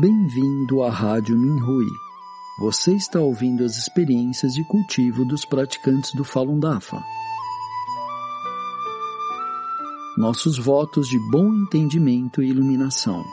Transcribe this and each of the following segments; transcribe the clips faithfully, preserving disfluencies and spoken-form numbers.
Bem-vindo à Rádio Minhui. Você está ouvindo as experiências de cultivo dos praticantes do Falun Dafa. Nossos votos de bom entendimento e iluminação.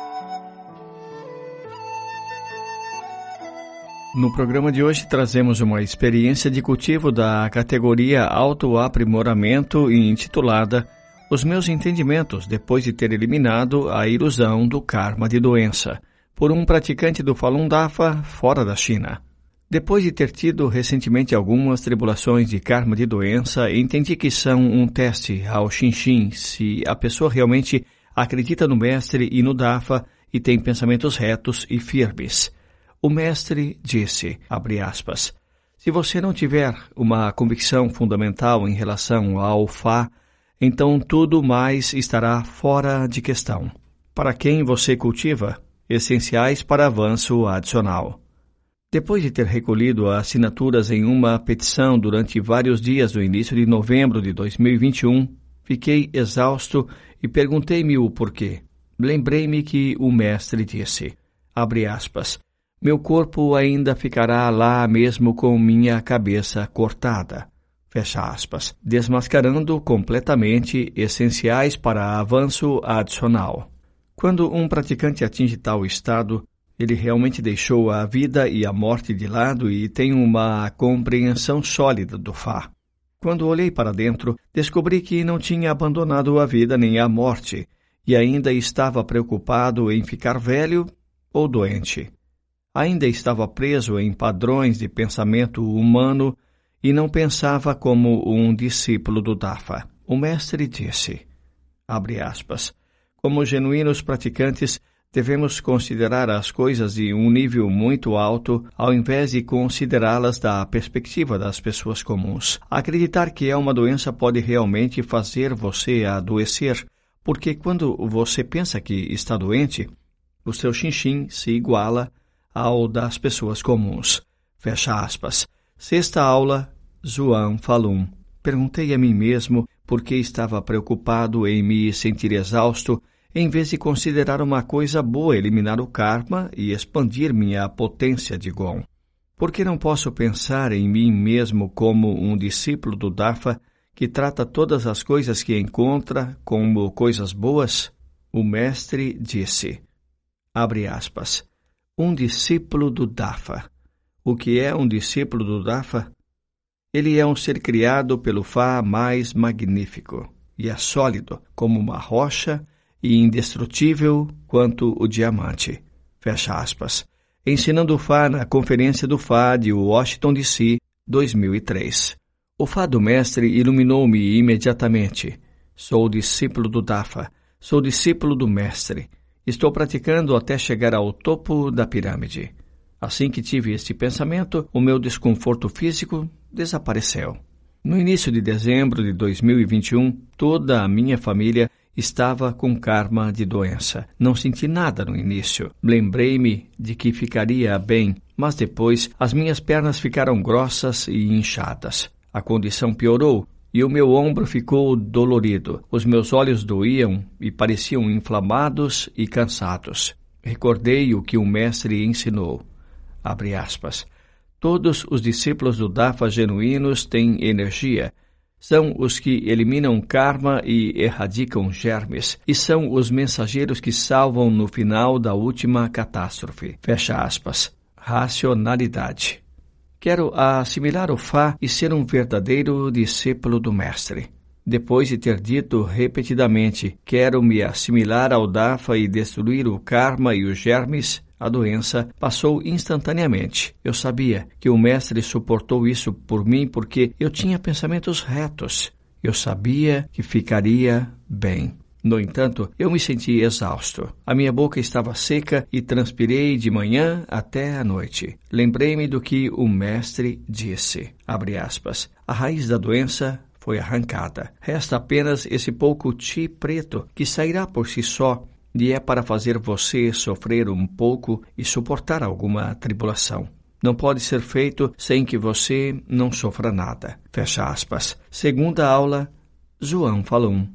No programa de hoje trazemos uma experiência de cultivo da categoria Autoaprimoramento e intitulada Os Meus Entendimentos depois de ter eliminado a ilusão do karma de doença, por um praticante do Falun Dafa fora da China. Depois de ter tido recentemente algumas tribulações de karma de doença, entendi que são um teste ao Xinxin se a pessoa realmente acredita no mestre e no Dafa e tem pensamentos retos e firmes. O mestre disse, abre aspas, se você não tiver uma convicção fundamental em relação ao Fá, então tudo mais estará fora de questão. Para quem você cultiva? Essenciais para avanço adicional. Depois de ter recolhido assinaturas em uma petição durante vários dias no início de novembro de dois mil e vinte e um, fiquei exausto e perguntei-me o porquê. Lembrei-me que o mestre disse, abre aspas, meu corpo ainda ficará lá mesmo com minha cabeça cortada, fecha aspas, desmascarando completamente essenciais para avanço adicional. Quando um praticante atinge tal estado, ele realmente deixou a vida e a morte de lado e tem uma compreensão sólida do Fá. Quando olhei para dentro, descobri que não tinha abandonado a vida nem a morte e ainda estava preocupado em ficar velho ou doente. Ainda estava preso em padrões de pensamento humano e não pensava como um discípulo do Dafa. O mestre disse, abre aspas, como genuínos praticantes, devemos considerar as coisas de um nível muito alto, ao invés de considerá-las da perspectiva das pessoas comuns. Acreditar que é uma doença pode realmente fazer você adoecer, porque quando você pensa que está doente, o seu Xinxin se iguala ao das pessoas comuns. Fecha aspas. Sexta aula, Zhuang Falun. Perguntei a mim mesmo por que estava preocupado em me sentir exausto, em vez de considerar uma coisa boa eliminar o karma e expandir minha potência de Gong. Por que não posso pensar em mim mesmo como um discípulo do Dafa que trata todas as coisas que encontra como coisas boas? O mestre disse, abre aspas, um discípulo do Dafa. O que é um discípulo do Dafa? Ele é um ser criado pelo Fá mais magnífico e é sólido como uma rocha e indestrutível quanto o diamante. Fecha aspas. Ensinando o Fá na Conferência do Fá de Washington, D C, dois mil e três. O Fá do mestre iluminou-me imediatamente. Sou discípulo do Dafa. Sou discípulo do mestre. Estou praticando até chegar ao topo da pirâmide. Assim que tive este pensamento, o meu desconforto físico desapareceu. No início de dezembro de dois mil e vinte e um, toda a minha família estava com karma de doença. Não senti nada no início. Lembrei-me de que ficaria bem, mas depois as minhas pernas ficaram grossas e inchadas. A condição piorou e o meu ombro ficou dolorido. Os meus olhos doíam e pareciam inflamados e cansados. Recordei o que o mestre ensinou. Abre aspas. Todos os discípulos do Dafa genuínos têm energia. São os que eliminam karma e erradicam germes, e são os mensageiros que salvam no final da última catástrofe. Fecha aspas. Racionalidade. Quero assimilar o Fá e ser um verdadeiro discípulo do mestre. Depois de ter dito repetidamente, quero me assimilar ao Dafa e destruir o karma e os germes, a doença passou instantaneamente. Eu sabia que o mestre suportou isso por mim porque eu tinha pensamentos retos. Eu sabia que ficaria bem. No entanto, eu me senti exausto. A minha boca estava seca e transpirei de manhã até a noite. Lembrei-me do que o mestre disse. Abre aspas. A raiz da doença foi arrancada. Resta apenas esse pouco chi preto que sairá por si só e é para fazer você sofrer um pouco e suportar alguma tribulação. Não pode ser feito sem que você não sofra nada. Fecha aspas. Segunda aula, Zhuang Falun.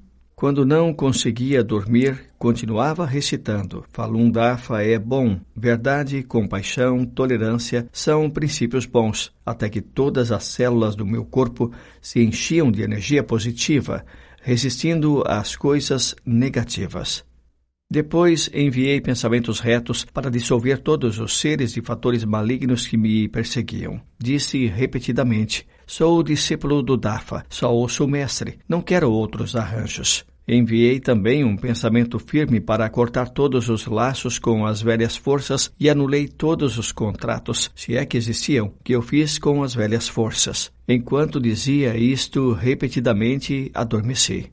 Quando não conseguia dormir, continuava recitando: Falun Dafa é bom, verdade, compaixão, tolerância são princípios bons, até que todas as células do meu corpo se enchiam de energia positiva, resistindo às coisas negativas. Depois enviei pensamentos retos para dissolver todos os seres e fatores malignos que me perseguiam. Disse repetidamente: sou o discípulo do Dafa, só ouço o mestre, não quero outros arranjos. Enviei também um pensamento firme para cortar todos os laços com as velhas forças e anulei todos os contratos, se é que existiam, que eu fiz com as velhas forças. Enquanto dizia isto repetidamente, adormeci.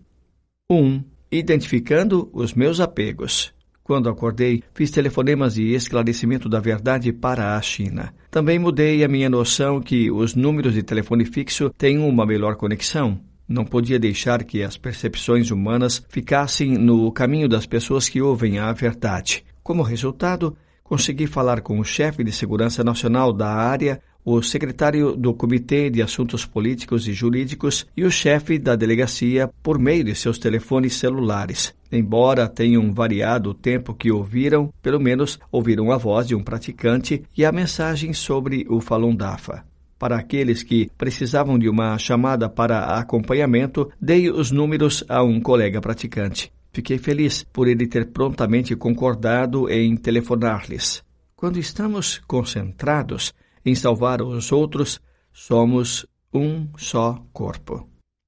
um. Identificando os meus apegos. Quando acordei, fiz telefonemas de esclarecimento da verdade para a China. Também mudei a minha noção que os números de telefone fixo têm uma melhor conexão. Não podia deixar que as percepções humanas ficassem no caminho das pessoas que ouvem a verdade. Como resultado, consegui falar com o chefe de segurança nacional da área, o secretário do Comitê de Assuntos Políticos e Jurídicos e o chefe da delegacia por meio de seus telefones celulares. Embora tenham variado o tempo que ouviram, pelo menos ouviram a voz de um praticante e a mensagem sobre o Falun Dafa. Para aqueles que precisavam de uma chamada para acompanhamento, dei os números a um colega praticante. Fiquei feliz por ele ter prontamente concordado em telefonar-lhes. Quando estamos concentrados em salvar os outros, somos um só corpo.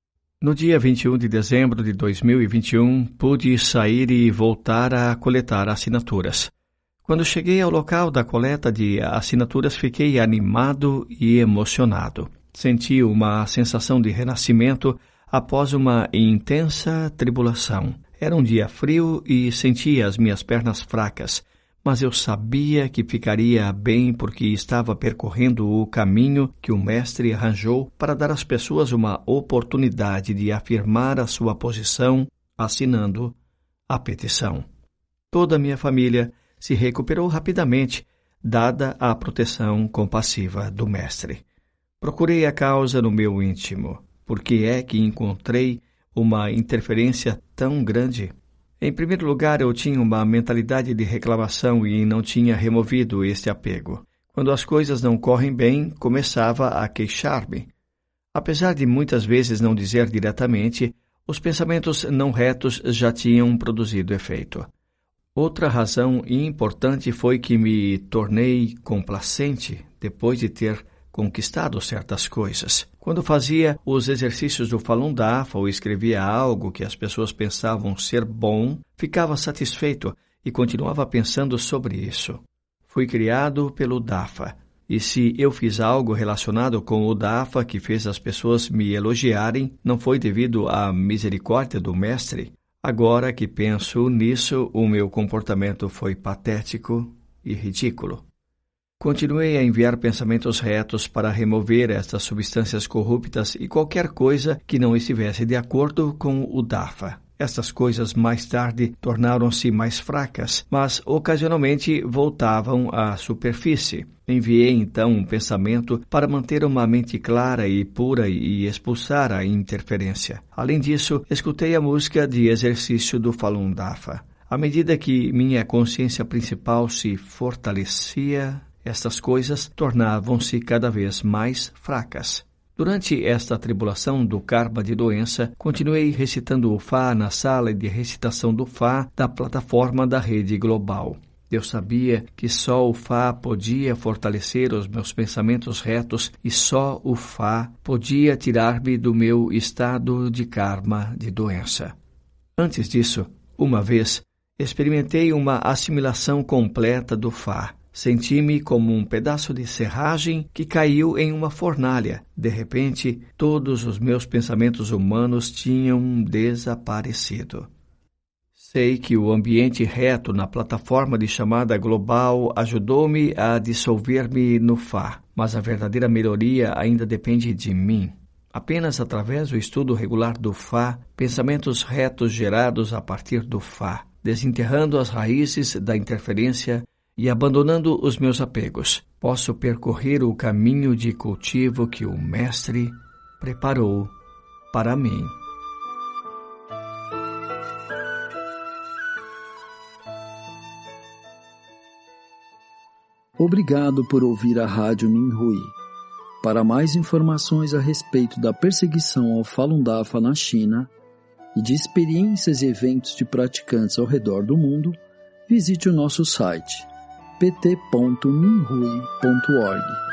No dia vinte e um de dezembro de dois mil e vinte e um, pude sair e voltar a coletar assinaturas. Quando cheguei ao local da coleta de assinaturas, fiquei animado e emocionado. Senti uma sensação de renascimento após uma intensa tribulação. Era um dia frio e sentia as minhas pernas fracas, mas eu sabia que ficaria bem porque estava percorrendo o caminho que o Mestre arranjou para dar às pessoas uma oportunidade de afirmar a sua posição, assinando a petição. Toda a minha família se recuperou rapidamente, dada a proteção compassiva do Mestre. Procurei a causa no meu íntimo. Por que é que encontrei uma interferência tão grande? Em primeiro lugar, eu tinha uma mentalidade de reclamação e não tinha removido este apego. Quando as coisas não correm bem, começava a queixar-me. Apesar de muitas vezes não dizer diretamente, os pensamentos não retos já tinham produzido efeito. Outra razão importante foi que me tornei complacente depois de ter conquistado certas coisas. Quando fazia os exercícios do Falun Dafa ou escrevia algo que as pessoas pensavam ser bom, ficava satisfeito e continuava pensando sobre isso. Fui criado pelo Dafa, e se eu fiz algo relacionado com o Dafa que fez as pessoas me elogiarem, não foi devido à misericórdia do Mestre? Agora que penso nisso, o meu comportamento foi patético e ridículo. Continuei a enviar pensamentos retos para remover estas substâncias corruptas e qualquer coisa que não estivesse de acordo com o Dafa. Estas coisas mais tarde tornaram-se mais fracas, mas ocasionalmente voltavam à superfície. Enviei então um pensamento para manter uma mente clara e pura e expulsar a interferência. Além disso, escutei a música de exercício do Falun Dafa. À medida que minha consciência principal se fortalecia, estas coisas tornavam-se cada vez mais fracas. Durante esta tribulação do karma de doença, continuei recitando o Fá na sala de recitação do Fá da plataforma da rede global. Eu sabia que só o Fá podia fortalecer os meus pensamentos retos e só o Fá podia tirar-me do meu estado de karma de doença. Antes disso, uma vez, experimentei uma assimilação completa do Fá. Senti-me como um pedaço de serragem que caiu em uma fornalha. De repente, todos os meus pensamentos humanos tinham desaparecido. Sei que o ambiente reto na plataforma de chamada global ajudou-me a dissolver-me no Fá, mas a verdadeira melhoria ainda depende de mim. Apenas através do estudo regular do Fá, pensamentos retos gerados a partir do Fá, desenterrando as raízes da interferência e abandonando os meus apegos, posso percorrer o caminho de cultivo que o Mestre preparou para mim. Obrigado por ouvir a Rádio Minhui. Para mais informações a respeito da perseguição ao Falun Dafa na China e de experiências e eventos de praticantes ao redor do mundo, visite o nosso site p t ponto minhui ponto org.